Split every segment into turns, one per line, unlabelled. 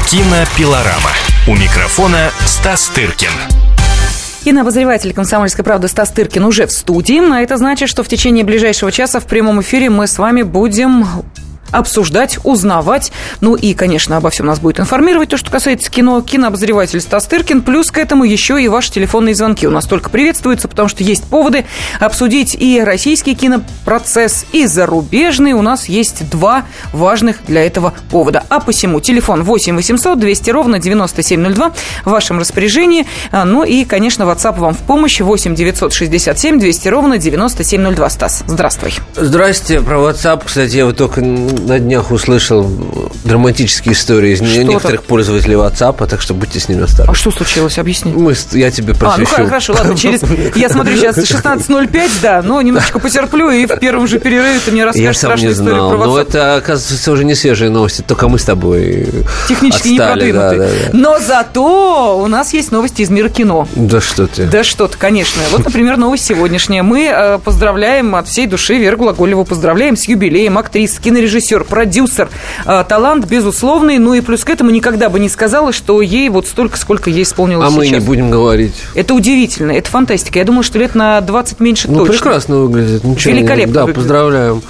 Кинопилорама. У микрофона Стас Тыркин.
Кинообозреватель «Комсомольской правды» Стас Тыркин уже в студии. А это значит, что в течение ближайшего часа в прямом эфире мы с вами будем обсуждать, узнавать, ну и, конечно, обо всем нас будет информировать, то, что касается кино, кинообозреватель Стас Тыркин, плюс к этому еще и ваши телефонные звонки у нас только приветствуются, потому что есть поводы обсудить и российский кинопроцесс, и зарубежный. У нас есть два важных для этого повода. А посему телефон 8 800 200 ровно 9702 в вашем распоряжении. Ну и, конечно, WhatsApp вам в помощь 8 967 200 ровно 9702. Стас, здравствуй.
Здрасте. Про WhatsApp, кстати, я вот только на днях услышал драматические истории из некоторых пользователей WhatsApp, так что будьте с ними осторожны.
А что случилось? Объясни.
Я тебе просвещу.
Ну хорошо, ладно. Я смотрю, сейчас 16:05, да, но немножечко потерплю, и в первом же перерыве ты мне расскажешь страшную историю про WhatsApp.
Но это, оказывается, уже не свежие новости, только мы с тобой
технически
отстали,
не продвинутые.
Да.
Но зато у нас есть новости из мира кино.
Да что ты.
Да что-то, конечно. Вот, например, новость сегодняшняя. Мы поздравляем от всей души Веру Глаголеву, поздравляем с юбилеем, актриса, кинорежиссер, продюсер, талант безусловный, ну и плюс к этому никогда бы не сказала, что ей вот столько, сколько ей исполнилось сейчас.
А мы не будем говорить.
Это удивительно, это фантастика. Я думаю, что лет на 20 меньше точно.
Ну, прекрасно выглядит.
Великолепно
Да,
выглядит.
Поздравляем.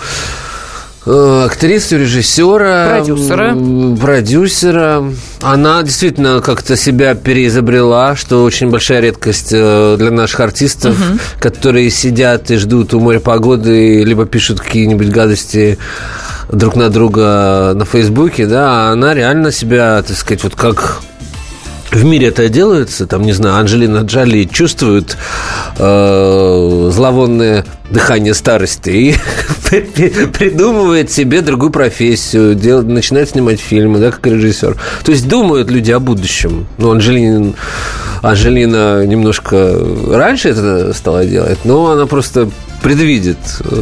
Актрису, режиссера, продюсера. Она действительно как-то себя переизобрела, что очень большая редкость для наших артистов, которые сидят и ждут у моря погоды, либо пишут какие-нибудь гадости друг на друга на Фейсбуке, да, а она реально себя, так сказать, вот как в мире это делается, там, не знаю, Анджелина Джоли чувствует зловонное дыхание старости и придумывает себе другую профессию, начинает снимать фильмы, да, как режиссер. То есть думают люди о будущем. Ну, Анджелина немножко раньше это стала делать, но она просто предвидит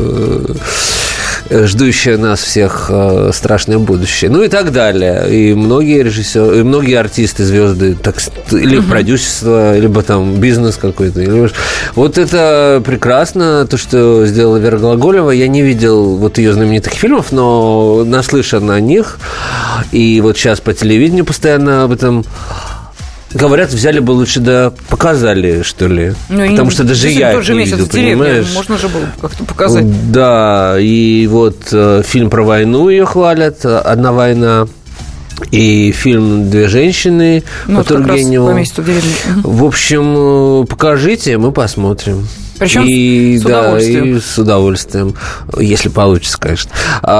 ждущее нас всех страшное будущее. Ну и так далее. И многие режиссеры, и многие артисты, звезды, или продюсерство, либо там бизнес какой-то. Вот это прекрасно, то, что сделала Вера Глаголева. Я не видел вот ее знаменитых фильмов, но наслышан о них. И вот сейчас по телевидению постоянно об этом говорят, взяли бы лучше, да показали, что ли. Ну, потому что даже я их не видел, понимаешь?
Можно же было как-то показать.
Да, и вот фильм про войну ее хвалят, «Одна война». И фильм «Две женщины» по Тургеневу. В общем, покажите, мы посмотрим.
Причем с удовольствием.
И с удовольствием, если получится, конечно.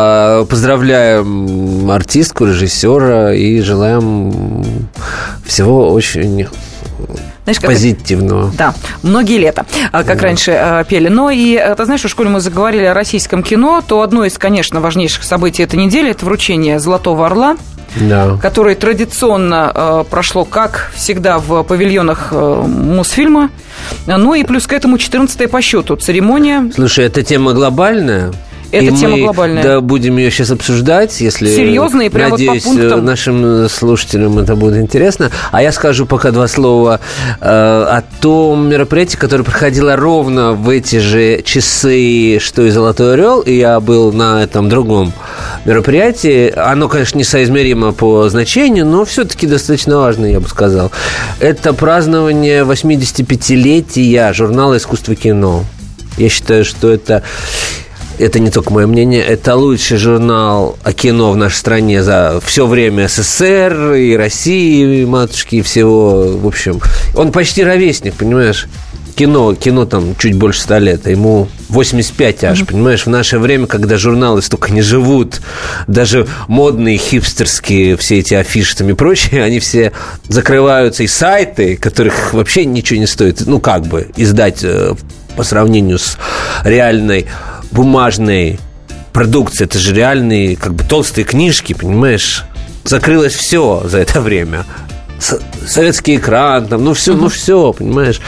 Поздравляем артистку, режиссера и желаем всего очень... Знаешь, позитивного.
Да, многие лета, как раньше пели. Но и, ты знаешь, в школе мы заговорили о российском кино, то одно из, конечно, важнейших событий этой недели – это вручение «Золотого орла», да, которое традиционно прошло, как всегда, в павильонах Мосфильма. Ну и плюс к этому 14-я по счету церемония.
Слушай, эта тема глобальная.
Это тема глобальная.
Да, будем ее сейчас обсуждать, если,
серьезно, и прямо
надеюсь,
вот по пунктам.
Нашим слушателям это будет интересно. А я скажу пока два слова о том мероприятии, которое проходило ровно в эти же часы, что и «Золотой орел», и я был на этом другом мероприятии. Оно, конечно, несоизмеримо по значению, но все-таки достаточно важно, я бы сказал. Это празднование 85-летия журнала «Искусство кино». Я считаю, что это не только мое мнение, это лучший журнал о кино в нашей стране за все время СССР и России, и матушки, и всего. В общем, он почти ровесник, понимаешь? Кино там чуть больше 100 лет, а ему 85 аж, понимаешь? В наше время, когда журналы столько не живут, даже модные, хипстерские все эти афиши и прочее, они все закрываются, и сайты, которых вообще ничего не стоит, ну, как бы, издать по сравнению с реальной бумажной продукции. Это же реальные, как бы, толстые книжки, понимаешь? Закрылось все за это время. Советский экран, там, все, понимаешь?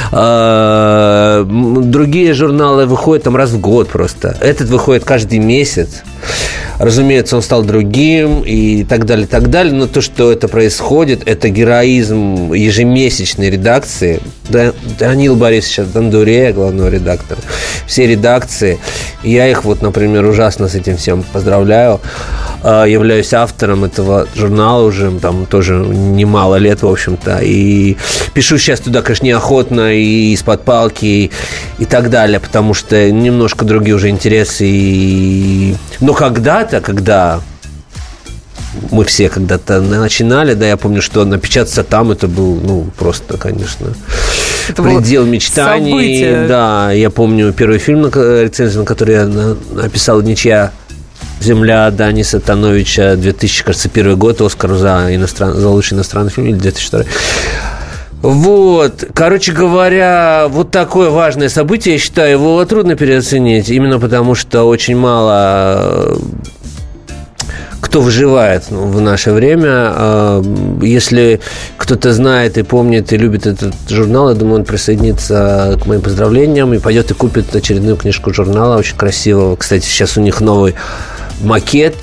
Другие журналы выходят там раз в год просто. Этот выходит каждый месяц. Разумеется, он стал другим и так далее, так далее. Но то, что это происходит, это героизм ежемесячной редакции. Данил Борисович Дандурея, главного редактора, все редакции. Я их, вот, например, ужасно с этим всем поздравляю. Являюсь автором этого журнала уже там тоже немало лет, в общем-то. И пишу сейчас туда, конечно, неохотно и из-под палки и так далее, потому что немножко другие уже интересы. Но когда-то, когда мы все когда-то начинали, да, я помню, что напечататься там это был, просто, конечно, это предел мечтаний. Событие. Да, я помню первый фильм, рецензию на который я написал «Ничья земля» Даниса Тановича, 2001 год, Оскар за лучший иностранный фильм, или 2002. Вот, короче говоря, вот такое важное событие, я считаю, его трудно переоценить, именно потому что очень мало кто выживает в наше время. Если кто-то знает и помнит, и любит этот журнал, я думаю, он присоединится к моим поздравлениям и пойдет и купит очередную книжку журнала, очень красивого. Кстати, сейчас у них новый макет,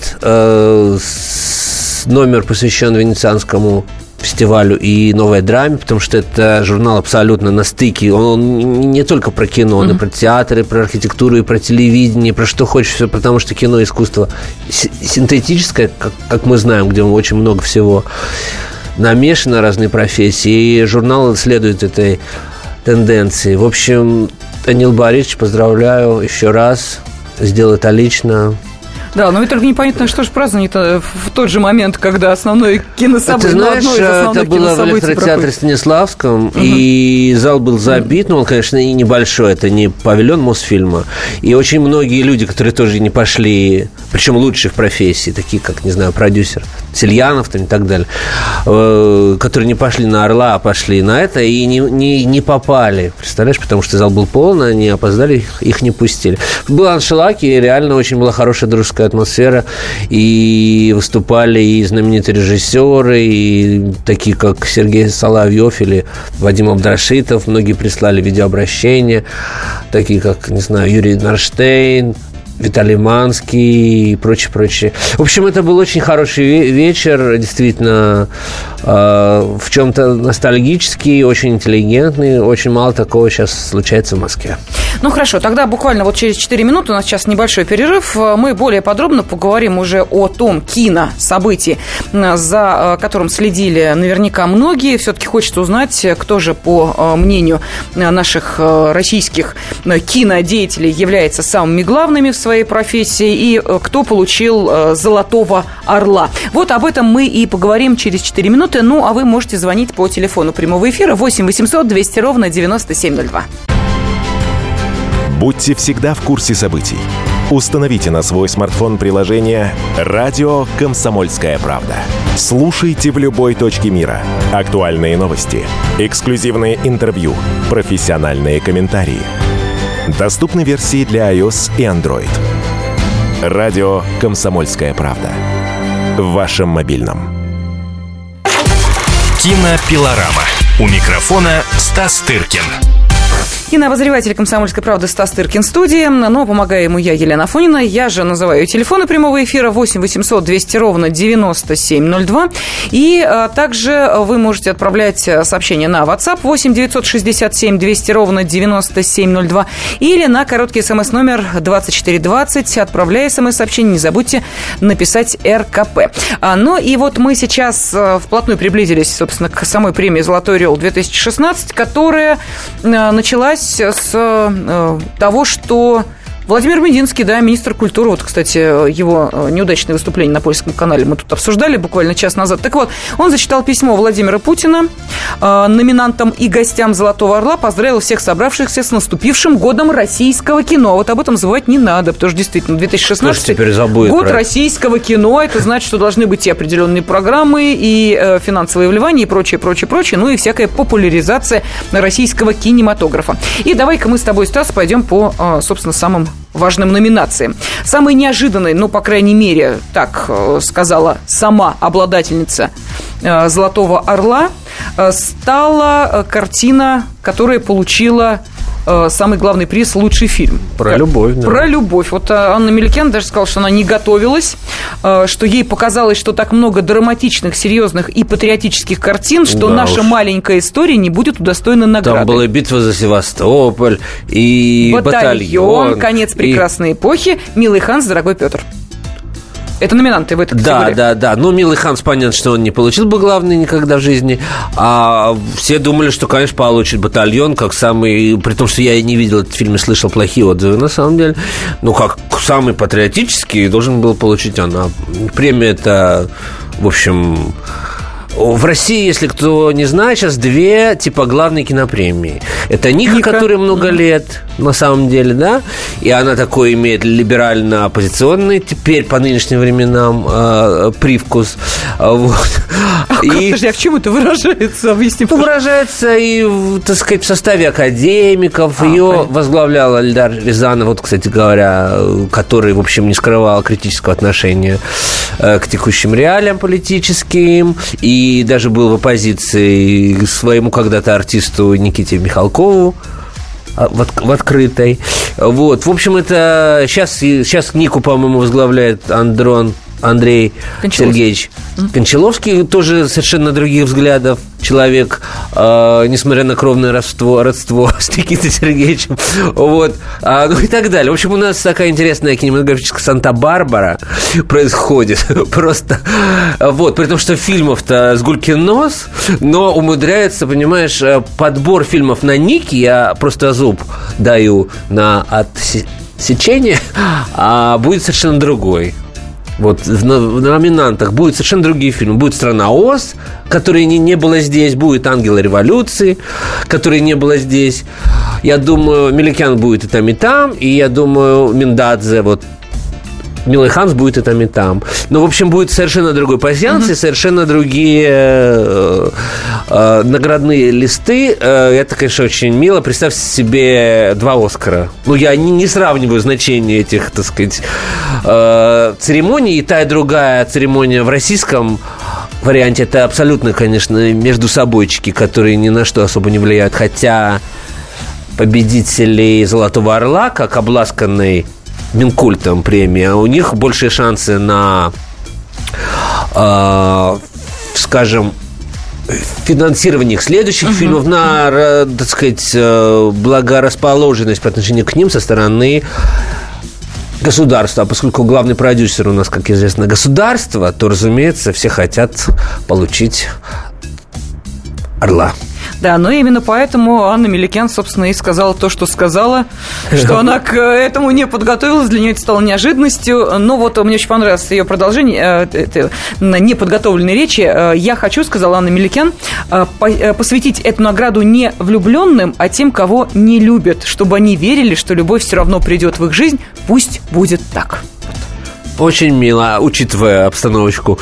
номер посвящен Венецианскому фестивалю и новой драме, потому что это журнал абсолютно на стыке. Он не только про кино, он и про театр, и про архитектуру, и про телевидение, и про что хочешь, все, потому что кино, искусство синтетическое, как мы знаем, где очень много всего намешано, разные профессии, и журнал следует этой тенденции. В общем, Данил Борисович, поздравляю еще раз, сделал это лично.
Да, но ведь только непонятно, что же праздновать-то в тот же момент, когда основное кинособытие...
Ты знаешь, это было в электротеатре Станиславском, и зал был забит, он, конечно, и небольшой, это не павильон Мосфильма, и очень многие люди, которые тоже не пошли, причем лучшие в профессии, такие как, не знаю, продюсер Сельянов там, и так далее, которые не пошли на «Орла», а пошли на это, и не попали, представляешь, потому что зал был полный, они опоздали, их не пустили. Был аншлаг, и реально очень была хорошая дружеская атмосфера, и выступали и знаменитые режиссеры, и такие, как Сергей Соловьев или Вадим Абдрашитов, многие прислали видеообращения, такие, как, не знаю, Юрий Нарштейн, Виталий Манский и прочее. В общем, это был очень хороший вечер, действительно, в чем-то ностальгический, очень интеллигентный. Очень мало такого сейчас случается в Москве.
Ну, хорошо, тогда буквально вот через 4 минуты, у нас сейчас небольшой перерыв, мы более подробно поговорим уже о том кинособытии, за которым следили наверняка многие. Все-таки хочется узнать, кто же, по мнению наших российских кинодеятелей, является самыми главными в своей профессии и кто получил «Золотого орла». Вот об этом мы и поговорим через 4 минуты. Ну, а вы можете звонить по телефону прямого эфира 8 800 200 ровно 9702.
Будьте всегда в курсе событий. Установите на свой смартфон приложение «Радио Комсомольская правда». Слушайте в любой точке мира. Актуальные новости, эксклюзивные интервью, профессиональные комментарии. Доступны версии для iOS и Android. «Радио Комсомольская правда». В вашем мобильном. Кинопилорама. У микрофона Стас Тыркин.
Кинообозреватель «Комсомольской правды» Стас Тыркин в студии, но помогаю ему я, Елена Афонина. Я же называю телефоны прямого эфира 8 800 200 ровно 9702. И также вы можете отправлять сообщения на WhatsApp 8 967 200 ровно 9702 или на короткий смс-номер 2420. Отправляя смс-сообщение, не забудьте написать РКП. Ну и вот мы сейчас вплотную приблизились, собственно, к самой премии «Золотой орел-2016», которая началась с того, что Владимир Мединский, да, министр культуры, вот, кстати, его неудачное выступление на Польском канале мы тут обсуждали буквально час назад. Так вот, он зачитал письмо Владимира Путина номинантам и гостям «Золотого орла», поздравил всех собравшихся с наступившим годом российского кино. Вот об этом забывать не надо, потому что действительно 2016 год российского кино, это значит, что должны быть и определенные программы, и финансовые вливания, и прочее, ну и всякая популяризация российского кинематографа. И давай-ка мы с тобой, Стас, пойдем по, собственно, самым важным номинациям. Самой неожиданной, ну, по крайней мере, так сказала сама обладательница «Золотого орла», стала картина, которая получила самый главный приз «Лучший фильм».
Про любовь, да.
Про любовь. Вот Анна Меликян даже сказала, что она не готовилась, что ей показалось, что так много драматичных, серьезных и патриотических картин, что наша маленькая история не будет удостоена награды.
Там была битва за Севастополь, и батальон.
Конец прекрасной эпохи, Милый Ханс, Дорогой Петр. Это номинанты в этой категории.
Да. Ну, Милый Ханс, понятно, что он не получил бы главный никогда в жизни. А все думали, что, конечно, получит «Батальон», как самый... При том, что я и не видел этот фильм и слышал плохие отзывы, на самом деле. Ну, как самый патриотический должен был получить она. Премия-то, в общем... В России, если кто не знает, сейчас две типа главные кинопремии. Это Ника, которой много лет, на самом деле, да, и она такой имеет либерально-оппозиционный теперь по нынешним временам привкус. Вот.
Подожди, а в чем это выражается? Объясни,
выражается и, так сказать, в составе академиков. Ее возглавлял Эльдар Рязанов, вот, кстати говоря, который, в общем, не скрывал критического отношения к текущим реалиям политическим и даже был в оппозиции своему когда-то артисту Никите Михалкову в открытой. Вот. В общем, это сейчас Нику, по-моему, возглавляет Андрей Сергеевич Кончаловский, тоже совершенно других взглядов человек, несмотря на кровное родство с Никитой Сергеевичем, вот, ну и так далее. В общем, у нас такая интересная кинематографическая Санта-Барбара происходит, просто, вот, при том, что фильмов-то с гулькин нос, но умудряется, понимаешь, подбор фильмов на Нике, я просто зуб даю на отсечение, а будет совершенно другой. Вот в номинантах будут совершенно другие фильмы. Будет «Страна Оз», которой не было здесь. Будет «Ангелы революции», которой не было здесь. Я думаю, Меликян будет и там. И я думаю, Миндадзе, вот Милый Ханс будет и там. Но, в общем, будет совершенно другой пассианс и совершенно другие наградные листы. Это, конечно, очень мило. Представьте себе 2 Оскара. Ну, я не сравниваю значение этих, так сказать, церемоний. И та, и другая церемония в российском варианте — это абсолютно, конечно, междусобойчики, которые ни на что особо не влияют. Хотя победителей «Золотого орла», как обласканной Минкультом премия, у них большие шансы на, скажем, финансирование их следующих фильмов, на, так сказать, благорасположенность по отношению к ним со стороны государства. А поскольку главный продюсер у нас, как известно, государство, то, разумеется, все хотят получить «Орла».
Да, но именно поэтому Анна Меликян, собственно, и сказала то, что сказала, что она к этому не подготовилась, для нее это стало неожиданностью. Но вот мне очень понравилось ее продолжение неподготовленной речи. «Я хочу, — сказала Анна Меликян, — посвятить эту награду не влюбленным, а тем, кого не любят, чтобы они верили, что любовь все равно придет в их жизнь. Пусть будет так».
Очень мило, учитывая обстановочку.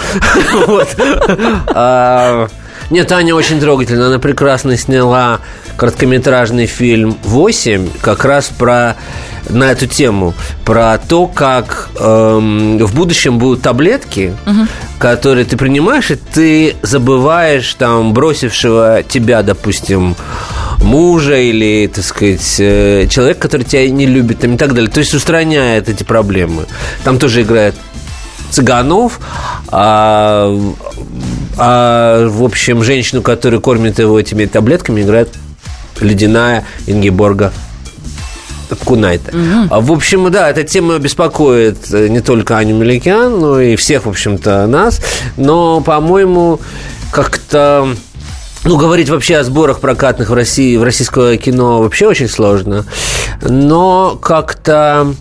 Нет, Аня очень трогательна. Она прекрасно сняла короткометражный фильм «8», как раз на эту тему, про то, как в будущем будут таблетки, которые ты принимаешь, и ты забываешь там бросившего тебя, допустим, мужа или, так сказать, человека, который тебя не любит, там, и так далее. То есть устраняет эти проблемы. Там тоже играет Цыганов, в общем, женщину, которая кормит его этими таблетками, играет ледяная Ингеборга Кунайте. В общем, да, эта тема беспокоит не только Аню Меликян, но и всех, в общем-то, нас. Но, по-моему, как-то... говорить вообще о сборах прокатных в России, в российское кино вообще очень сложно. Но как-то...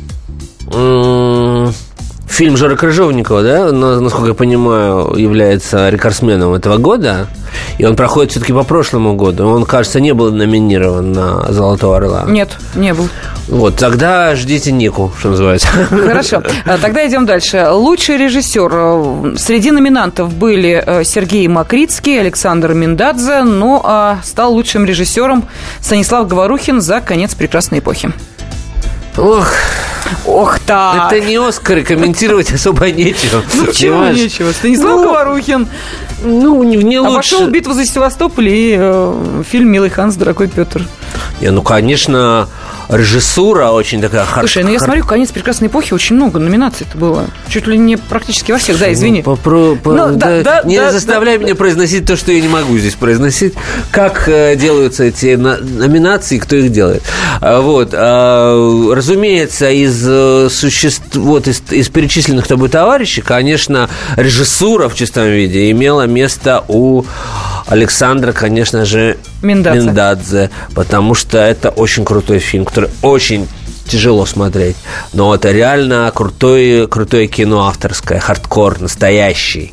Фильм Жоры Крыжовникова, да, насколько я понимаю, является рекордсменом этого года. И он проходит все-таки по прошлому году. Он, кажется, не был номинирован на «Золотого орла».
Нет, не был.
Вот, тогда ждите Нику, что называется.
Хорошо, тогда идем дальше. Лучший режиссер. Среди номинантов были Сергей Макритский, Александр Миндадзе, но стал лучшим режиссером Станислав Говорухин за «Конец прекрасной эпохи». Ох так.
Это не «Оскары», комментировать особо нечего.
Ну, почему нечего? Станислав Говорухин
не лучше.
Обошел «Битву за Севастополь» и фильм «Милый Ханс, Дорогой Петр».
Конечно, режиссура очень такая...
Слушай, я смотрю, «Конец прекрасной эпохи», очень много номинаций-то было. Чуть ли не практически во всех. Да, извини.
Не заставляй меня произносить то, что я не могу здесь произносить. Как делаются эти номинации, кто их делает. Разумеется, из перечисленных тобой товарищей, конечно, режиссура в чистом виде имела место у Александра, конечно же, Миндадзе, потому что это очень крутой фильм, который очень тяжело смотреть, но это реально крутое кино авторское, хардкор настоящий.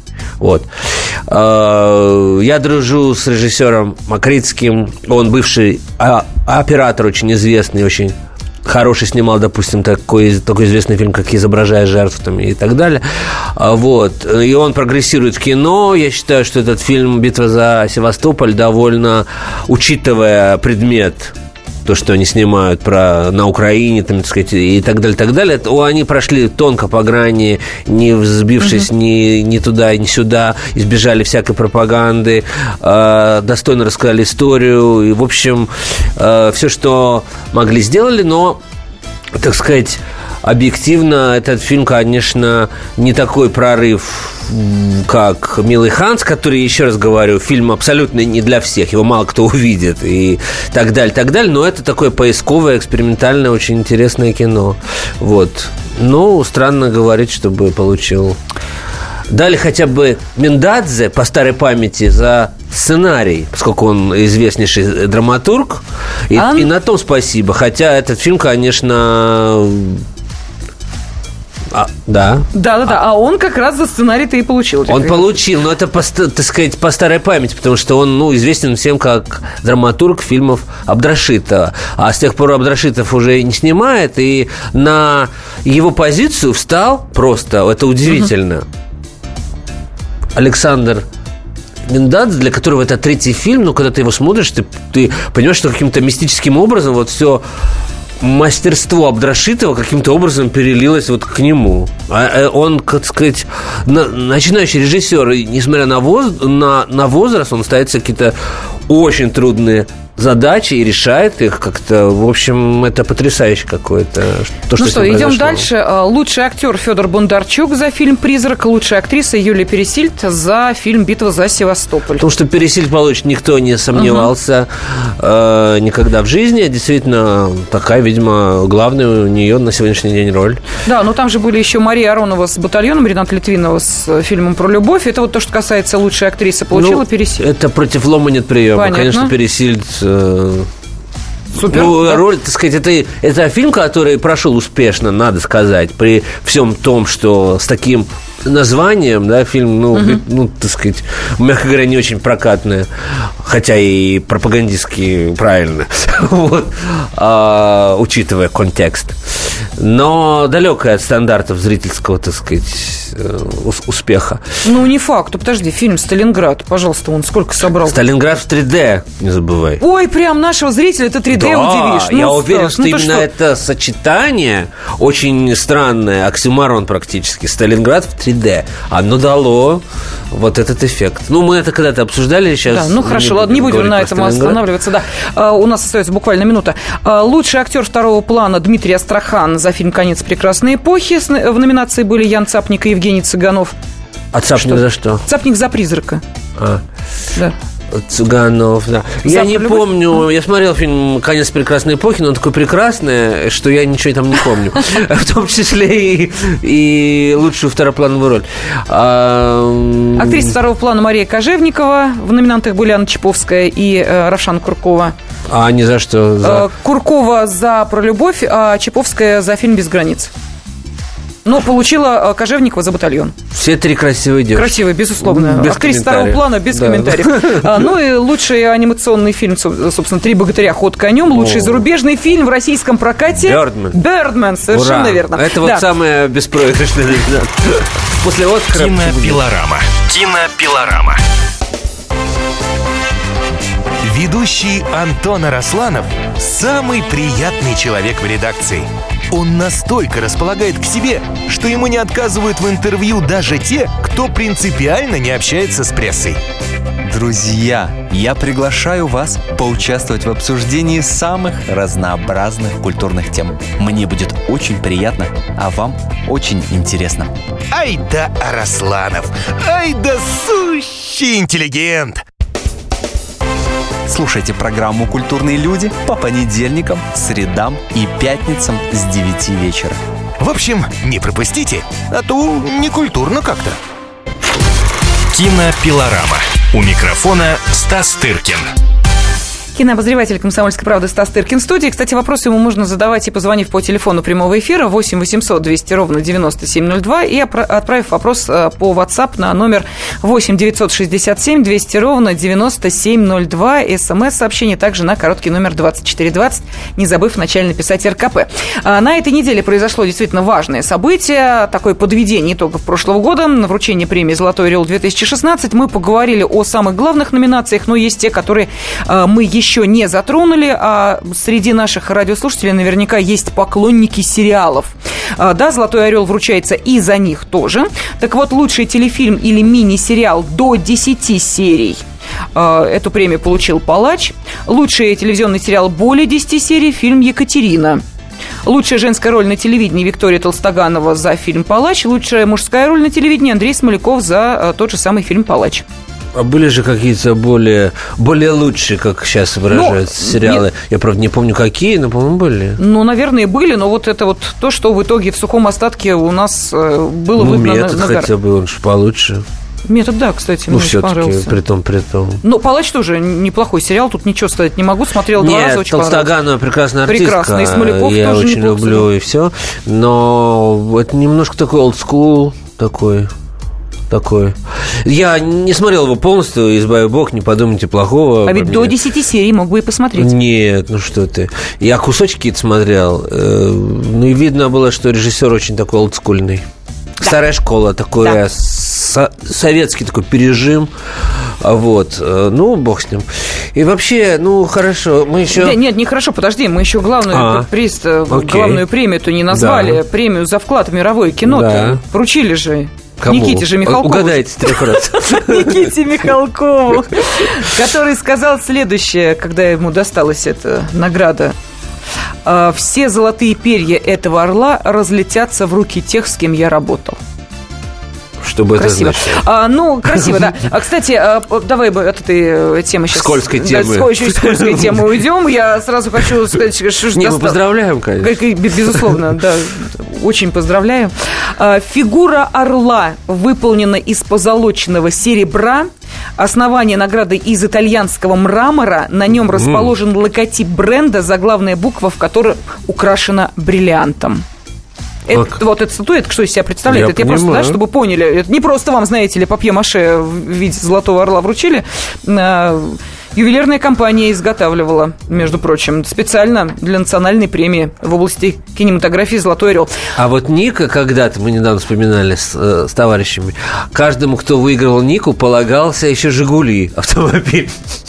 Я дружу с режиссером Макритским, он бывший оператор, очень известный, очень хороший, снимал, допустим, такой известный фильм, как «Изображая жертву» и так далее. И он прогрессирует в кино. Я считаю, что этот фильм «Битва за Севастополь» довольно, учитывая предмет, то, что они снимают на Украине, так сказать, и так далее, они прошли тонко по грани, не взбившись ни туда, ни сюда, избежали всякой пропаганды, достойно рассказали историю, и, в общем, все, что могли, сделали, но, так сказать, объективно этот фильм, конечно, не такой прорыв, как «Милый Ханс», который, еще раз говорю, фильм абсолютно не для всех, его мало кто увидит и так далее, но это такое поисковое, экспериментальное, очень интересное кино. Но странно говорить, чтобы получил. Дали хотя бы Миндадзе по старой памяти за сценарий, поскольку он известнейший драматург, и на том спасибо. Хотя этот фильм, конечно... Да. А он как раз за сценарий-то и получил. Он получил, но это, так сказать, по старой памяти, потому что он, известен всем как драматург фильмов Абдрашитова. А с тех пор Абдрашитов уже не снимает, и на его позицию встал просто, это удивительно, Александр Миндадзе, для которого это третий фильм, но когда ты его смотришь, ты понимаешь, что каким-то мистическим образом все мастерство Абдрашитова каким-то образом перелилось к нему. Он, так сказать, начинающий режиссер, и несмотря на возраст, он ставит какие-то очень трудные задачи и решает их как-то. В общем, это потрясающе какое-то. Идем дальше.
Лучший актер Федор Бондарчук за фильм «Призрак», лучшая актриса Юлия Пересильд за фильм «Битва за Севастополь».
Потому что Пересильд получит, никто не сомневался никогда в жизни. Действительно, такая, видимо, главная у нее на сегодняшний день роль.
Да, но там же были еще Мария Аронова с «Батальоном», Ренат Литвинова с фильмом про любовь. Это то, что касается лучшей актрисы, получила Пересильд.
Это против лома нет приема.
Понятно.
Конечно, Пересильд...
Супер.
Роль, так сказать, это фильм, который прошел успешно, надо сказать, при всем том, что с таким названием, да, фильм, так сказать, мягко говоря, не очень прокатное, хотя и пропагандистски правильно, учитывая контекст. Но далекое от стандартов зрительского, так сказать, успеха.
Не факт. Подожди, фильм «Сталинград», пожалуйста, он сколько собрал?
«Сталинград» в 3D, не забывай.
Ой, прям нашего зрителя ты 3D удивишь.
Я уверен, что именно это сочетание очень странное, оксюморон практически. «Сталинград» в 3D. Оно дало этот эффект. Мы это когда-то обсуждали сейчас.
Да, хорошо, ладно, не будем на этом останавливаться. Да. У нас остается буквально минута. Лучший актер второго плана Дмитрий Астрахан за фильм «Конец прекрасной эпохи». В номинации были Ян Цапник и Евгений Цыганов.
А Цапник за что?
Цапник за «Призрака».
Да. Цыганов, да. Я не помню, я смотрел фильм «Конец прекрасной эпохи», но он такой прекрасный, что я ничего там не помню. В том числе и лучшую второплановую роль.
Актриса второго плана Мария Кожевникова. В номинантах были Анна Чаповская и Равшан Куркова.
А они за что?
Куркова за «Про любовь», а Чаповская за фильм «Без границ». Но получила Кожевникова за «Батальон».
Все три красивые девушки.
Красивые, безусловно. Актриса второго плана, без комментариев. И лучший анимационный фильм, собственно, «Три богатыря. Ход конем». Лучший зарубежный фильм в российском прокате. «Бёрдмен». Совершенно верно.
Это самое беспроигрышное. После «Оскара».
Кинопилорама. Ведущий Антон Арасланов – самый приятный человек в редакции. Он настолько располагает к себе, что ему не отказывают в интервью даже те, кто принципиально не общается с прессой.
Друзья, я приглашаю вас поучаствовать в обсуждении самых разнообразных культурных тем. Мне будет очень приятно, а вам очень интересно.
Ай да Арасланов! Ай да сущий интеллигент!
Слушайте программу «Культурные люди» по понедельникам, средам и пятницам с 9 вечера.
В общем, не пропустите, а то некультурно как-то.
Кинопилорама. У микрофона Стас Тыркин.
Кинообозреватель «Комсомольской правды» Стас Тыркин в студии. Кстати, вопросы ему можно задавать и позвонив по телефону прямого эфира 8 800 200 ровно 9702 и отправив вопрос по WhatsApp на номер 8 967 200 ровно 9702. СМС-сообщение также на короткий номер 2420, не забыв вначале написать РКП. На этой неделе произошло действительно важное событие, такое подведение итогов прошлого года, вручение премии «Золотой орел-2016». Мы поговорили о самых главных номинациях, но есть те, которые мы еще не затронули, а среди наших радиослушателей наверняка есть поклонники сериалов. Да, «Золотой орел» вручается и за них тоже. Так вот, лучший телефильм или мини-сериал до 10 серий. Эту премию получил «Палач». Лучший телевизионный сериал более 10 серий – фильм «Екатерина». Лучшая женская роль на телевидении Виктория Толстоганова за фильм «Палач». Лучшая мужская роль на телевидении Андрей Смоляков за тот же самый фильм «Палач».
А были же какие-то более лучшие, как сейчас выражаются, сериалы? Нет. Я, правда, не помню, какие, но, по-моему, были.
Ну, наверное, были, но вот это вот то, что в итоге в сухом остатке у нас было выгнано
«Метод»
на
хотя бы, он же получше.
«Метод», да, кстати, мне очень понравился.
При том.
Ну, «Палач» тоже неплохой сериал, тут ничего сказать не могу. Смотрел 2 раза, очень понравился.
Толстоганова прекрасная артистка.
Прекрасная, и Смоляков
я
тоже
очень люблю, и все. Но это немножко такой олдскул, такой. Я не смотрел его полностью, избави бог, не подумайте плохого.
А ведь до 10 серий мог бы и посмотреть.
Нет, ну что ты. Я кусочки смотрел, ну и видно было, что режиссер очень такой олдскульный. Да. Старая школа, такой советский такой пережим. Вот, ну, бог с ним. И вообще, ну, хорошо, мы еще...
Да, нет, не хорошо, подожди, мы еще главную премию-то не назвали. Да. Премию за вклад в мировое кино-то вручили же.
Кому?
Никите же Михалкову.
Угадайте 3 раз.
Никите Михалкову, который сказал следующее, когда ему досталась эта награда. Все золотые перья этого орла разлетятся в руки тех, с кем я работал.
Чтобы красиво. Это значило.
Ну, красиво, да. Кстати, давай от этой темы сейчас...
Скользкой темы.
Скользкой темы уйдем. Я сразу хочу сказать, что...
Не, мы поздравляем, конечно.
Безусловно, да. Очень поздравляем. Фигура орла выполнена из позолоченного серебра. Основание награды из итальянского мрамора. На нем расположен логотип бренда, заглавная буква в которой украшена бриллиантом. Вот эта статуэтка, что из себя представляет? Это я просто, да, чтобы поняли. Это не просто вам, знаете ли, папье-маше в виде золотого орла вручили. Ювелирная компания изготавливала, между прочим, специально для национальной премии в области кинематографии «Золотой орел».
А вот Ника, когда-то, мы недавно вспоминали с товарищами, каждому, кто выигрывал Нику, полагался еще «Жигули» автомобиль.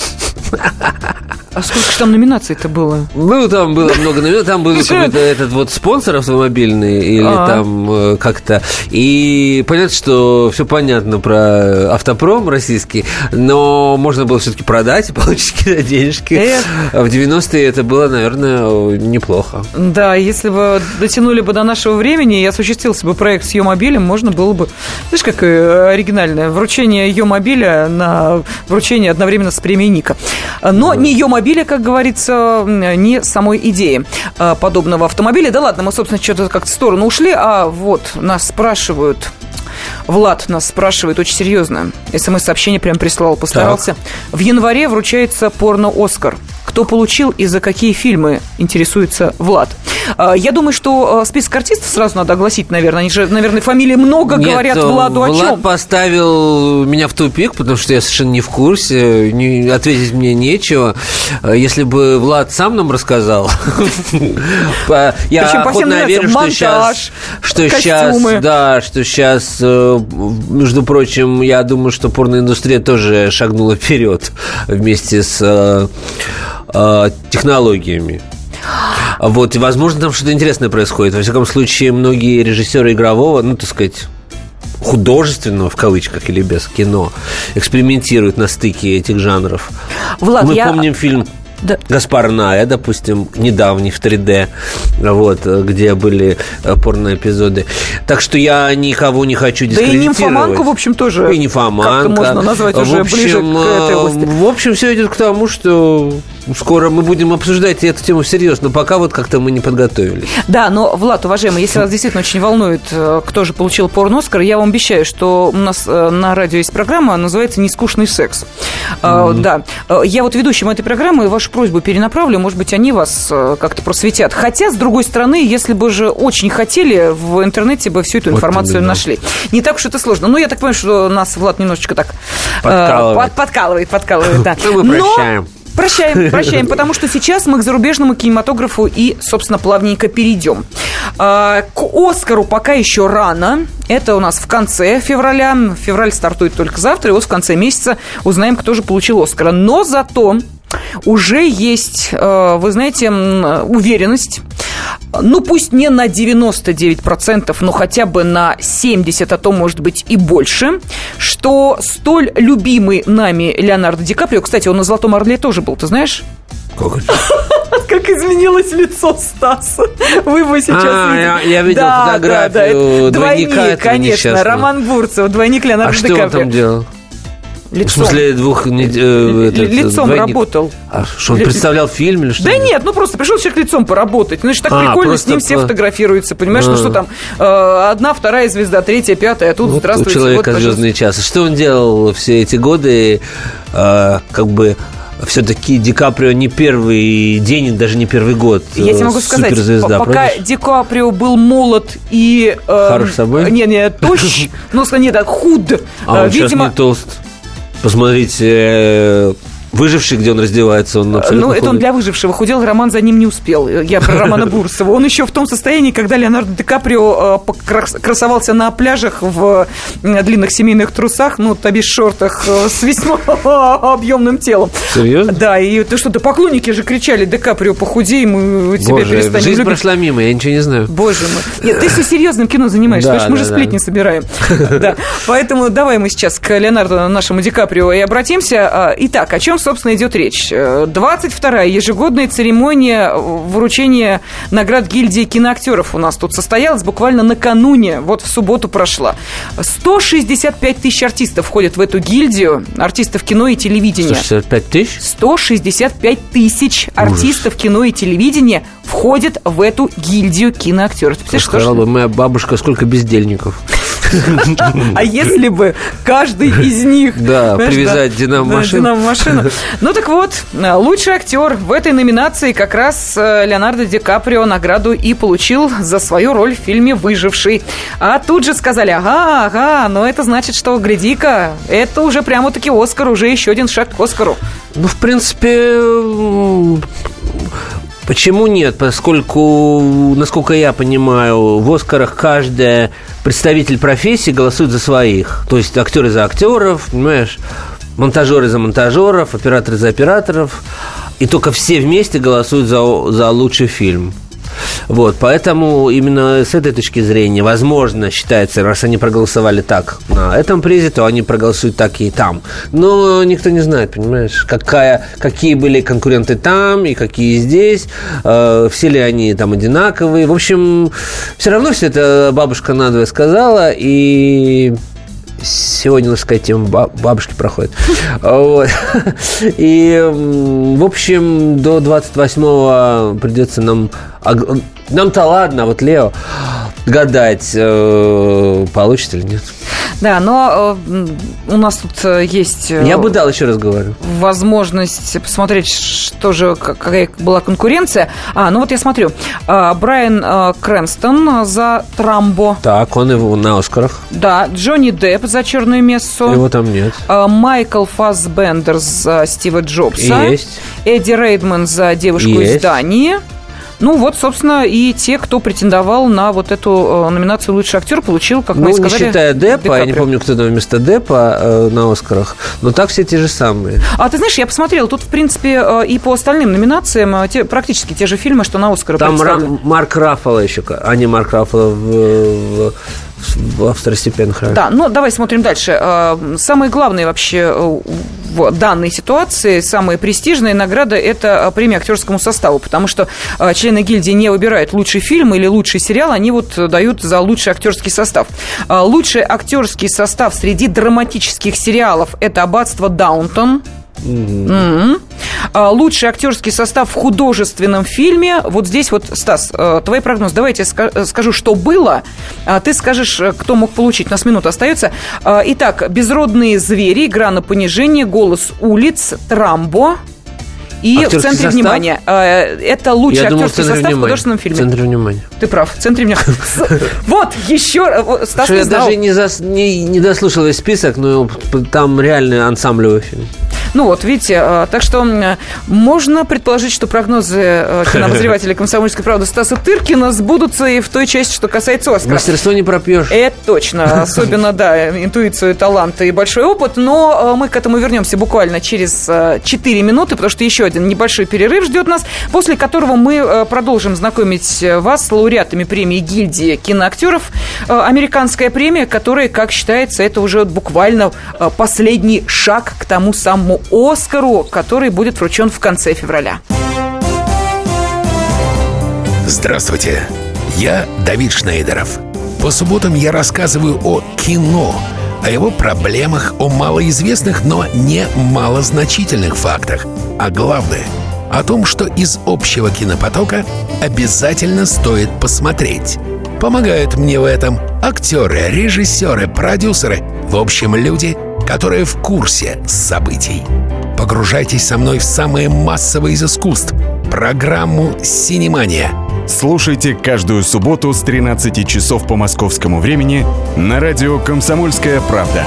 А сколько же там номинаций-то было?
Ну, там было много номинаций. Там был какой-то этот вот спонсор автомобильный или там как-то. И понятно, что все понятно про автопром российский, но можно было все-таки продать и получить какие-то денежки. В 90-е это было, наверное, неплохо. Да,
если бы дотянули бы до нашего времени и осуществился бы проект с Е-мобилем, можно было бы, знаешь, как оригинальное, вручение Е-мобиля на вручение одновременно с премией Ника. Но не Е-мобиля, как говорится, не самой идеи подобного автомобиля. Да ладно, мы, собственно, что-то как-то в сторону ушли, а вот нас спрашивают... Влад нас спрашивает очень серьезно. СМС-сообщение прям прислал, постарался. Так. В январе вручается порно-Оскар. Кто получил и за какие фильмы, интересуется Влад. Я думаю, что список артистов сразу надо огласить, наверное. Они же, наверное, фамилии много говорят Владу о чем.
Влад поставил меня в тупик, потому что я совершенно не в курсе. Ответить мне нечего. Если бы Влад сам нам рассказал. Я охотно верю, что сейчас, между прочим, я думаю, что порноиндустрия тоже шагнула вперед вместе с технологиями. Вот, и, возможно, там что-то интересное происходит. Во всяком случае, многие режиссеры игрового, ну, так сказать, художественного, в кавычках или без, кино экспериментирует на стыке этих жанров.
Влад,
Мы помним фильм Гаспара Ноэ, допустим, недавний в 3D, вот, где были порноэпизоды. Так что я никого не хочу дискредитировать.
Да и «Нимфоманку», в общем, тоже
и «Нимфоманка»
как-то можно назвать уже ближе к этой области.
В общем, все идет к тому, что скоро мы будем обсуждать эту тему всерьез, но пока вот как-то мы не подготовились.
Да, но, Влад, уважаемый, если вас действительно очень волнует, кто же получил порно-Оскар, я вам обещаю, что у нас на радио есть программа, называется «Нескучный секс». Да, я вот ведущим этой программы вашу просьбу перенаправлю, может быть, они вас как-то просветят. Хотя, с другой стороны, если бы же очень хотели, в интернете бы всю эту информацию нашли. Не так уж это сложно. Ну, я так понимаю, что нас Влад немножечко так подкалывает, да.
Мы прощаем.
Прощаем, потому что сейчас мы к зарубежному кинематографу и, собственно, плавненько перейдем. К «Оскару» пока еще рано. Это у нас в конце февраля. Февраль стартует только завтра, и вот в конце месяца узнаем, кто же получил «Оскара». Но зато уже есть, вы знаете, уверенность, ну, пусть не на 99%, но хотя бы на 70%, а то, может быть, и больше, что столь любимый нами Леонардо Ди Каприо, кстати, он на «Золотом орле» тоже был, ты знаешь?
Как это?
Как изменилось лицо Стаса. Вы его сейчас видите.
Я видел фотографию
двойник, конечно, Роман Бурцев, двойник Леонардо Ди Каприо.
А что он там делал?
Лицом.
В смысле,
лицом двойник. Работал.
А что, он представлял фильм или что?
Да нет, ну просто пришел человек лицом поработать. Значит, так прикольно, с ним все фотографируются. Понимаешь, ну что там, одна, вторая звезда, третья, пятая, а тут вот здравствуйте.
У человека вот, звездный час. Что он делал все эти годы, как бы... Все-таки Ди Каприо не первый день, даже не первый год.
Я тебе могу сказать, пока Ди Каприо был молод и...
Хорош собой?
Не, тощ, ну, нет, худ.
А он сейчас не толст. Посмотрите... «Выживший», где он раздевается, он абсолютно
это он для «Выжившего» худел, Роман за ним не успел. Я про Романа Бурцева. Он еще в том состоянии, когда Леонардо Ди Каприо красовался на пляжах в длинных семейных трусах, ну, то бишь шортах, с весьма объемным телом.
Серьезно?
Да, и ты что-то, поклонники же кричали: «Ди Каприо, похудей, мы тебя перестанем
жизнь
любить».
Прошла мимо, я ничего не знаю.
Боже мой. Нет, ты все серьезным кино занимаешься, мы же сплетни собираем. Поэтому давай мы сейчас к Леонардо, нашему Ди Каприо, и обратимся. Итак, о чем, собственно, идет речь. 22-я ежегодная церемония вручения наград гильдии киноактеров у нас тут состоялась буквально накануне, вот в субботу прошла. 165 тысяч артистов входят в эту гильдию, артистов кино и телевидения.
165 тысяч?
165 тысяч артистов кино и телевидения входят в эту гильдию киноактеров.
Сказала бы моя бабушка, сколько бездельников.
А если бы каждый из них...
Да, привязать динамо-машину.
Ну так вот, лучший актер в этой номинации как раз Леонардо Ди Каприо награду и получил за свою роль в фильме «Выживший». А тут же сказали: ага, но это значит, что, гляди-ка, это уже прямо-таки «Оскар», уже еще один шаг к «Оскару».
Ну, в принципе... Почему нет? Поскольку, насколько я понимаю, в «Оскарах» каждый представитель профессии голосует за своих. То есть актеры за актеров, понимаешь, монтажеры за монтажеров, операторы за операторов. И только все вместе голосуют за лучший фильм. Вот, поэтому именно с этой точки зрения, возможно, считается, раз они проголосовали так на этом призе, то они проголосуют так и там. Но никто не знает, понимаешь, какие были конкуренты там и какие здесь, все ли они там одинаковые. В общем, все равно все это бабушка надвое сказала, и... Сегодня, так сказать, тема бабушки проходит. Вот. И, в общем, до 28-го придется нам... Нам-то ладно, вот Лео гадать, получится или нет.
Да, но у нас тут есть...
Я бы дал, еще раз говорю.
Возможность посмотреть, что же, какая была конкуренция. Ну вот я смотрю. Брайан Крэнстон за «Трамбо».
Так, он его на «Оскарах».
Да, Джонни Депп за «Черную мессу».
Его там нет.
Майкл Фассбендер за «Стива Джобса».
Есть.
Эдди Рейдман за «Девушку из Дании». Ну, вот, собственно, и те, кто претендовал на вот эту номинацию «Лучший актер», получил, как мы и сказали,
не считая Деппа,
Ди Каприо.
я не помню, кто там вместо Деппа на «Оскарах», но так все те же самые.
А ты знаешь, я посмотрела, тут, в принципе, и по остальным номинациям практически те же фильмы, что на «Оскары»
там
представлены.
Марк Раффало еще, а не Марк Раффало в второстепенных ролях.
Да, ну давай смотрим дальше. Самые главные вообще в данной ситуации, самые престижные награды – это премия актерскому составу, потому что члены гильдии не выбирают лучший фильм или лучший сериал, они вот дают за лучший актерский состав. Лучший актерский состав среди драматических сериалов – это «Аббатство Даунтон». Лучший актерский состав в художественном фильме. Вот здесь вот, Стас, твой прогноз. Давайте скажу, что было. Ты скажешь, кто мог получить. У нас минута остается. Итак, «Безродные звери», «Игра на понижение», «Голос улиц», «Трамбо». И актерский в центре состав? Внимания. Это лучший актерский состав в художественном фильме.
В центре внимания.
Ты прав, в центре внимания. Вот, еще. Стас не знал.
Я даже не дослушал весь список, но там реально ансамблевый фильм.
Ну вот, видите, так что можно предположить, что прогнозы кинообозревателя «Комсомольской правды» Стаса Тыркина сбудутся и в той части, что касается «Оскара».
Мастерство не пропьешь.
Это точно. Особенно, да, интуицию, талант и большой опыт. Но мы к этому вернемся буквально через 4 минуты, потому что еще один небольшой перерыв ждет нас, после которого мы продолжим знакомить вас с лауреатами премии гильдии киноактеров. Американская премия, которая, как считается, это уже буквально последний шаг к тому самому «Оскару», который будет вручен в конце февраля.
Здравствуйте, я Давид Шнейдеров. По субботам я рассказываю о кино, о его проблемах, о малоизвестных, но не малозначительных фактах. А главное, о том, что из общего кинопотока обязательно стоит посмотреть. Помогают мне в этом актеры, режиссеры, продюсеры, в общем, люди, которые в курсе событий. Погружайтесь со мной в самое массовое из искусств – программу «Синемания».
Слушайте каждую субботу с 13 часов по московскому времени на радио «Комсомольская правда».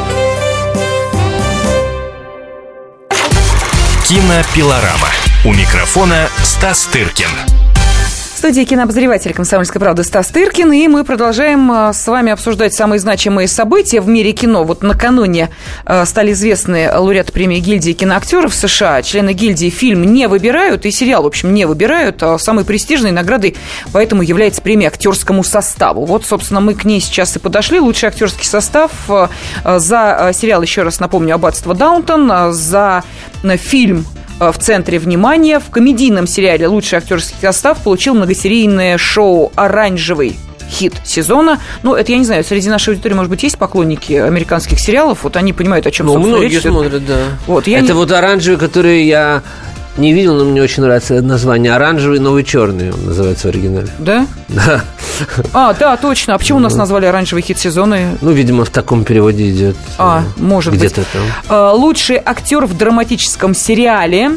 Кинопилорама. У микрофона Стас Тыркин.
В студии кинообозреватель «Комсомольской правды» Стас Тыркин, и мы продолжаем с вами обсуждать самые значимые события в мире кино. Вот накануне стали известны лауреаты премии гильдии киноактеров США. Члены гильдии фильм не выбирают, и сериал, в общем, не выбирают. Самой престижной наградой поэтому является премия актерскому составу. Вот, собственно, мы к ней сейчас и подошли. Лучший актерский состав за сериал, еще раз напомню, «Аббатство Даунтон», за фильм «В центре внимания». В комедийном сериале лучший актерский состав получил многосерийное шоу «Оранжевый хит сезона». Ну, это, я не знаю, среди нашей аудитории, может быть, есть поклонники американских сериалов? Вот они понимают, о чем, собственно,
многие
речь.
смотрят, да.
Вот,
вот «Оранжевый», который я не видел, но мне очень нравится название. «Оранжевый, новый черный» он называется в оригинале.
Да?
Да.
Да, точно. А почему нас назвали «Оранжевый хит сезона»?
Ну, видимо, в таком переводе идет.
Может
где-то
быть.
Там.
Лучший актер в драматическом сериале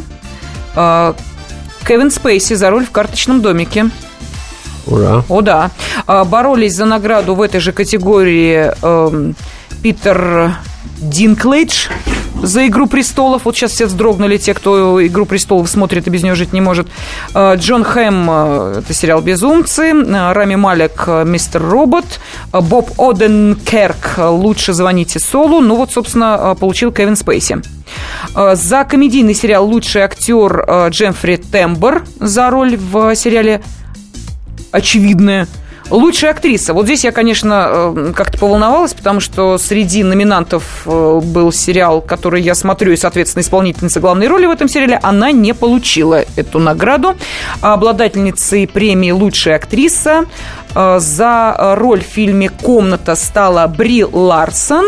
Кевин Спейси за роль в «Карточном домике».
Ура.
О, да. Боролись за награду в этой же категории Питер Динклэйдж за «Игру престолов». Вот сейчас все вздрогнули, те, кто «Игру престолов» смотрит и без нее жить не может. Джон Хэм, это сериал «Безумцы». Рами Малек, «Мистер Робот». Боб Оденкерк, «Лучше звоните Солу». Ну вот, собственно, получил Кевин Спейси. За комедийный сериал лучший актер Джеффри Тембер за роль в сериале «Очевидное». Лучшая актриса. Вот здесь я, конечно, как-то поволновалась, потому что среди номинантов был сериал, который я смотрю, и, соответственно, исполнительница главной роли в этом сериале, она не получила эту награду. Обладательницей премии «Лучшая актриса» за роль в фильме «Комната» стала Бри Ларсон.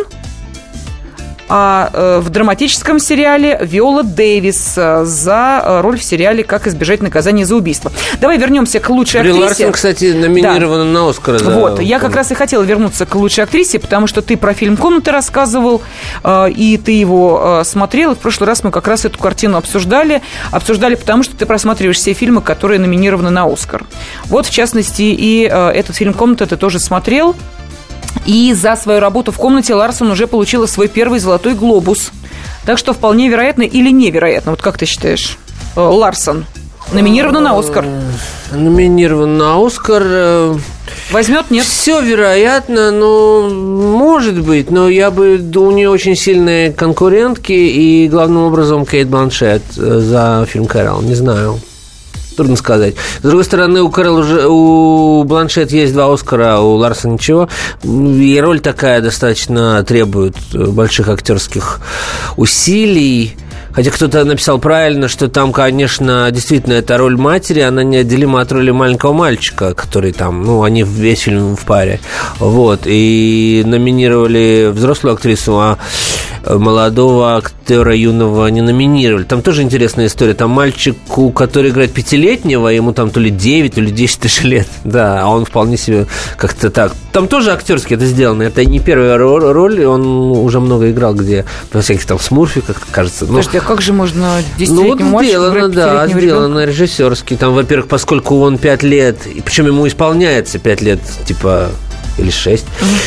А в драматическом сериале Виола Дэвис за роль в сериале «Как избежать наказания за убийство». Давай вернемся к лучшей актрисе.
Бри Ларсон, кстати, номинирована на «Оскар».
Вот, я как раз и хотела вернуться к лучшей актрисе, потому что ты про фильм «Комната» рассказывал, и ты его смотрел. И в прошлый раз мы как раз эту картину обсуждали, потому что ты просматриваешь все фильмы, которые номинированы на «Оскар». Вот, в частности, и этот фильм «Комната» ты тоже смотрел. И за свою работу в «Комнате» Ларсон уже получила свой первый «Золотой глобус». Так что вполне вероятно или невероятно, вот как ты считаешь, Ларсон номинирована на «Оскар»?
номинирован на «Оскар».
Возьмет, нет?
Все вероятно, но может быть. Но у нее очень сильные конкурентки, и главным образом Кейт Бланшетт за фильм «Кэрол». Не знаю. Трудно сказать. С другой стороны, у Бланшетт есть 2 «Оскара», а у Ларса ничего. И роль такая достаточно требует больших актерских усилий. Хотя кто-то написал правильно, что там, конечно, действительно, эта роль матери, она неотделима от роли маленького мальчика, который там, они весь фильм в паре. Вот. И номинировали взрослую актрису, а молодого актера юного не номинировали. Там тоже интересная история. Там мальчику, который играет 5-летнего, ему там то ли 9, то ли 10 тысяч лет. Да, а он вполне себе как-то так. Там тоже актерски это сделано. Это не первая роль, он уже много играл, где во всяких там Смурфи, как кажется.
Подожди, а как же можно 10-летнему мальчику играть 5-летнего
сделано режиссерски. Там, во-первых, поскольку он 5 лет, и причем ему исполняется 5 лет, типа, или 6.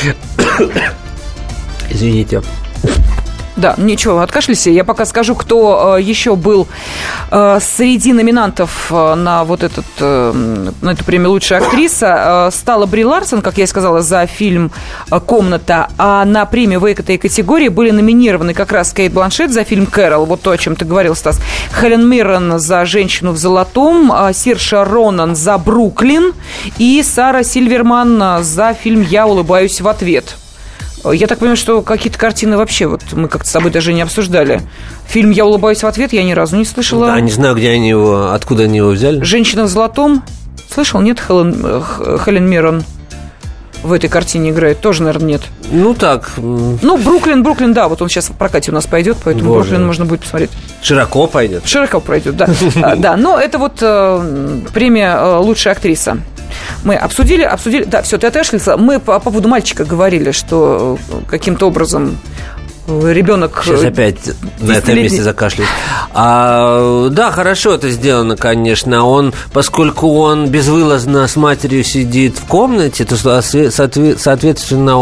Извините.
Да, ничего, откашлялся. Я пока скажу, кто еще был среди номинантов на на эту премию «Лучшая актриса». Стала Бри Ларсон, как я и сказала, за фильм «Комната». А на премию в этой категории были номинированы как раз Кейт Бланшетт за фильм «Кэрол», вот то, о чем ты говорил, Стас, Хелен Миррен за «Женщину в золотом», Сирша Ронан за «Бруклин» и Сара Сильверман за фильм «Я улыбаюсь в ответ». Я так понимаю, что какие-то картины вообще мы как-то с собой даже не обсуждали. Фильм «Я улыбаюсь в ответ» я ни разу не слышала.
Да, не знаю, откуда они его взяли.
«Женщина в золотом». Слышал? Нет, Хелен Миррен в этой картине играет. Тоже, наверное, нет.
Так.
«Бруклин», да. Вот он сейчас в прокате у нас пойдет, поэтому «Бруклин» можно будет посмотреть.
Широко пойдет.
Широко пройдет, да. Да, но это премия «Лучшая актриса». Мы обсудили, да, все, ты отошлился. Мы по поводу мальчика говорили, что каким-то образом ребенок...
Сейчас опять на этом месте закашляюсь. Да, хорошо это сделано, конечно. Поскольку он безвылазно с матерью сидит в комнате, то, соответственно,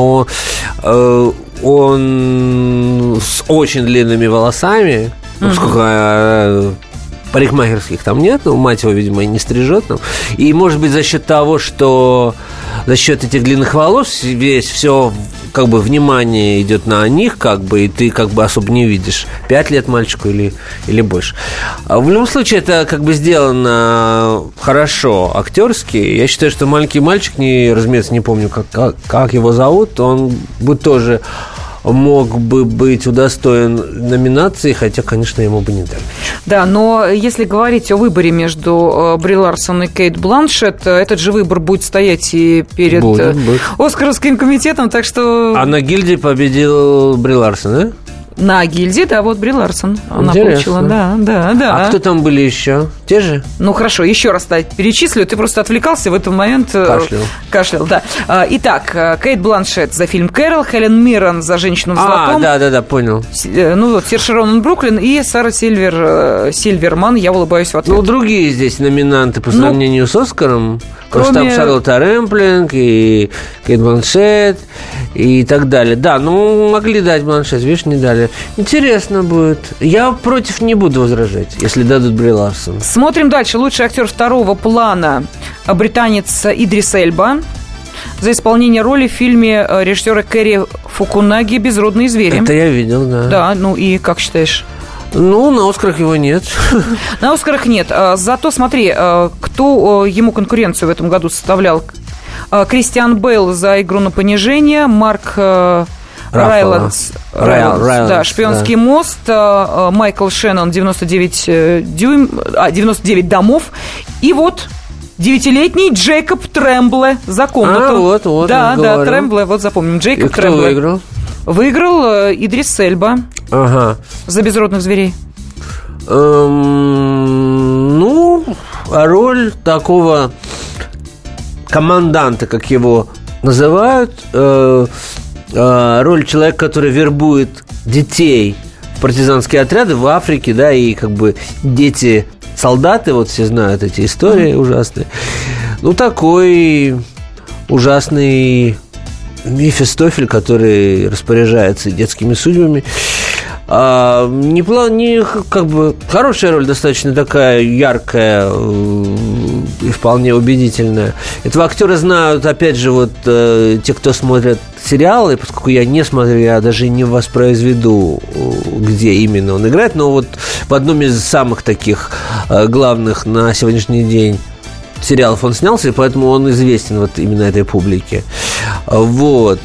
он с очень длинными волосами, поскольку... парикмахерских там нет, мать его, видимо, и не стрижет там. И, может быть, за счет того, что за счет этих длинных волос все внимание идет на них, и ты особо не видишь, 5 лет мальчику или больше. В любом случае, это сделано хорошо, актерски. Я считаю, что маленький мальчик, разумеется, не помню, как его зовут, он бы тоже мог бы быть удостоен номинации, хотя, конечно, ему бы не дали.
Да, но если говорить о выборе между Бри Ларсон и Кейт Бланшетт, этот же выбор будет стоять и перед Оскаровским комитетом, так что...
А на гильдии победил Бри Ларсон, да?
На гильдии, да, вот Бри Ларсон. Она получила, да.
А кто там были еще? Те же?
Хорошо, еще раз перечислю. Ты просто отвлекался в этот момент. Кашлял, да. Итак, Кейт Бланшетт за фильм «Кэрол», Хелен Миррен за «Женщину в золотом».
Да, понял.
Сирша Ронан «Бруклин» и Сара Сильверман «Я улыбаюсь в ответ».
Другие здесь номинанты по сравнению с «Оскаром». Потому что там Шарлотта Рэмплинг и Кейт Бланшетт и так далее. Да, могли дать Бланшетт, видишь, не дали. Интересно будет. Я против не буду возражать, если дадут Бри Ларсон.
Смотрим дальше. Лучший актер второго плана британец Идрис Эльба за исполнение роли в фильме режиссера Кэри Фукунаги «Безродные звери».
Это я видел, да.
Да, и как считаешь?
На «Оскарах» его нет.
На «Оскарах» нет. Зато смотри, кто ему конкуренцию в этом году составлял. Кристиан Бейл за «Игру на понижение», Марк Райландс, да, «Шпионский мост», Майкл Шеннон, 99 домов. И 9-летний Джейкоб Трэмбле за «Комнату». Да, Трэмбле, запомним. Джейкоб Трэмбле.
Кто выиграл?
Выиграл Идрис Эльба.
Ага.
За «Безродных зверей».
Роль такого команданта, как его называют, роль человека, который вербует детей в партизанские отряды в Африке, да, и дети солдаты, все знают эти истории ужасные. Такой ужасный Мефистофель, который распоряжается детскими судьбами. Хорошая роль, достаточно такая яркая, и вполне убедительная. Этого актера знают, опять же, вот те, кто смотрят сериалы, поскольку я не смотрю, я даже не воспроизведу, где именно он играет, но вот в одном из самых таких главных на сегодняшний день сериалов он снялся, и поэтому он известен вот именно этой публике. Вот.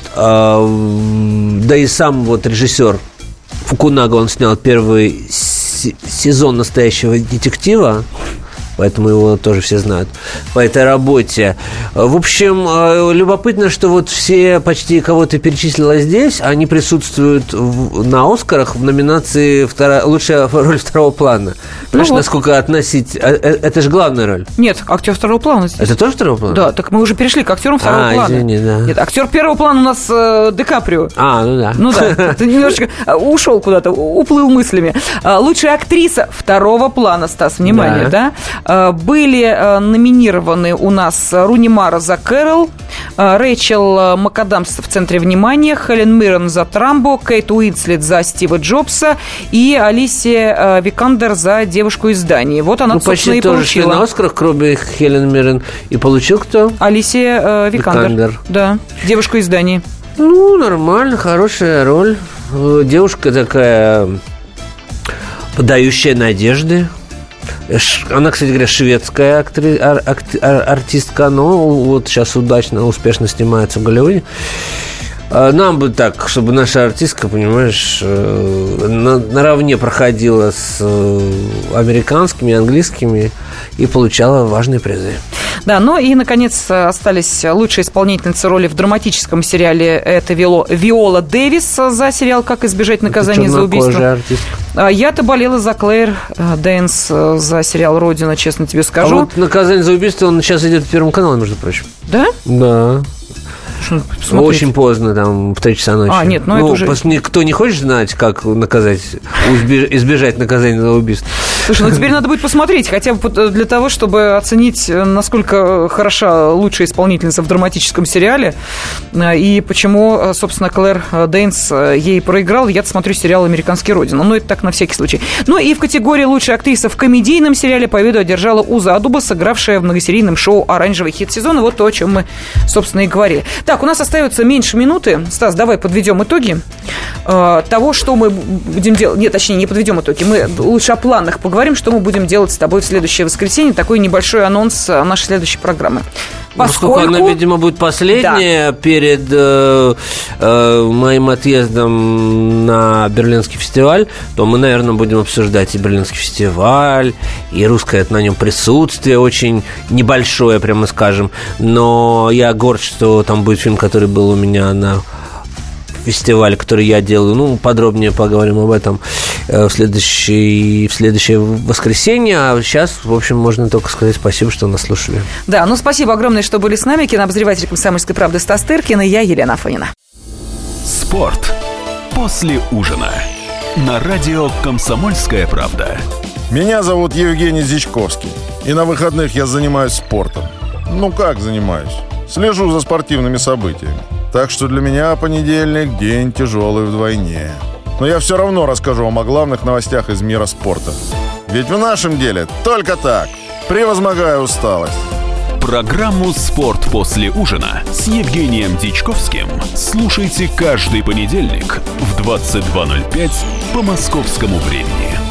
Да и сам вот режиссер Фукунага, он снял первый сезон «Настоящего детектива», поэтому его тоже все знают по этой работе. В общем, любопытно, что вот все почти, кого ты перечислила здесь, они присутствуют на «Оскарах» в номинации «Лучшая роль второго плана». Понимаешь, вот. Насколько относить... Это же главная роль.
Нет, актер второго плана здесь.
Это тоже второго плана?
Да, так мы уже перешли к актерам второго плана.
Извини, да.
Нет, актер первого плана у нас Ди Каприо.
Ну да.
Ну да, ты немножечко ушел куда-то, уплыл мыслями. Лучшая актриса второго плана, Стас, внимание, да? Были номинированы у нас Руни Мара за «Кэрол», Рэйчел МакАдамс в центре внимания, Хелен Миррен за «Трамбо», Кейт Уинслет за «Стива Джобса» и Алисия Викандер за «Девушку из Дании». Вот она, собственно, и получила.
Почти тоже на «Оскарах», кроме Хелен Миррен. И получил кто?
Алисия Викандер. Да, «Девушку из Дании».
Ну, нормально, хорошая роль. Девушка такая, подающая надежды. Она, кстати говоря, шведская артистка, но вот сейчас удачно, успешно снимается в Голливуде. Нам бы так, чтобы наша артистка, понимаешь, наравне проходила с американскими, английскими и получала важные призы.
Да, ну и, наконец, остались лучшие исполнительницы роли в драматическом сериале. Это Виола Дэвис за сериал «Как избежать наказания за убийство». Я-то болела за Клэр Дэнс за сериал «Родина», честно тебе скажу.
А вот «Наказание за убийство», он сейчас идет в Первом канале, между прочим.
Да?
Да. Смотреть. Очень поздно, там, в 3 часа ночи.
Нет, это уже...
Никто не хочет знать, как наказать, избежать наказания за убийство.
Слушай, теперь надо будет посмотреть, хотя бы для того, чтобы оценить, насколько хороша лучшая исполнительница в драматическом сериале, и почему, собственно, Клэр Дэйнс ей проиграл. Я-то смотрю сериал «Американский Родина». Но это так, на всякий случай. Ну и в категории «Лучшая актриса в комедийном сериале» победу одержала Уза Адуба, сыгравшая в многосерийном шоу «Оранжевый хит сезона». Вот то, о чем мы, собственно, и говорили. Так, у нас остается меньше минуты. Стас, давай подведем итоги того, что мы будем делать. Нет, точнее, не подведем итоги. Мы лучше о планах поговорим, что мы будем делать с тобой в следующее воскресенье. Такой небольшой анонс нашей следующей программы.
Поскольку она, видимо, будет последняя перед моим отъездом на Берлинский фестиваль, то мы, наверное, будем обсуждать и Берлинский фестиваль, и русское на нем присутствие очень небольшое, прямо скажем. Но я горд, что там будет фильм, который был у меня на фестиваль, который я делаю. Ну, подробнее поговорим об этом в следующее воскресенье. А сейчас, в общем, можно только сказать спасибо, что нас слушали.
Да, ну спасибо огромное, что были с нами. Кинообозреватель «Комсомольской правды» Стас Тыркин и я, Елена Афонина.
Спорт после ужина на радио «Комсомольская правда».
Меня зовут Евгений Зичковский. И на выходных я занимаюсь спортом. Ну как занимаюсь? Слежу за спортивными событиями. Так что для меня понедельник – день тяжелый вдвойне. Но я все равно расскажу вам о главных новостях из мира спорта. Ведь в нашем деле только так, превозмогая усталость.
Программу «Спорт после ужина» с Евгением Дичковским слушайте каждый понедельник в 22:05 по московскому времени.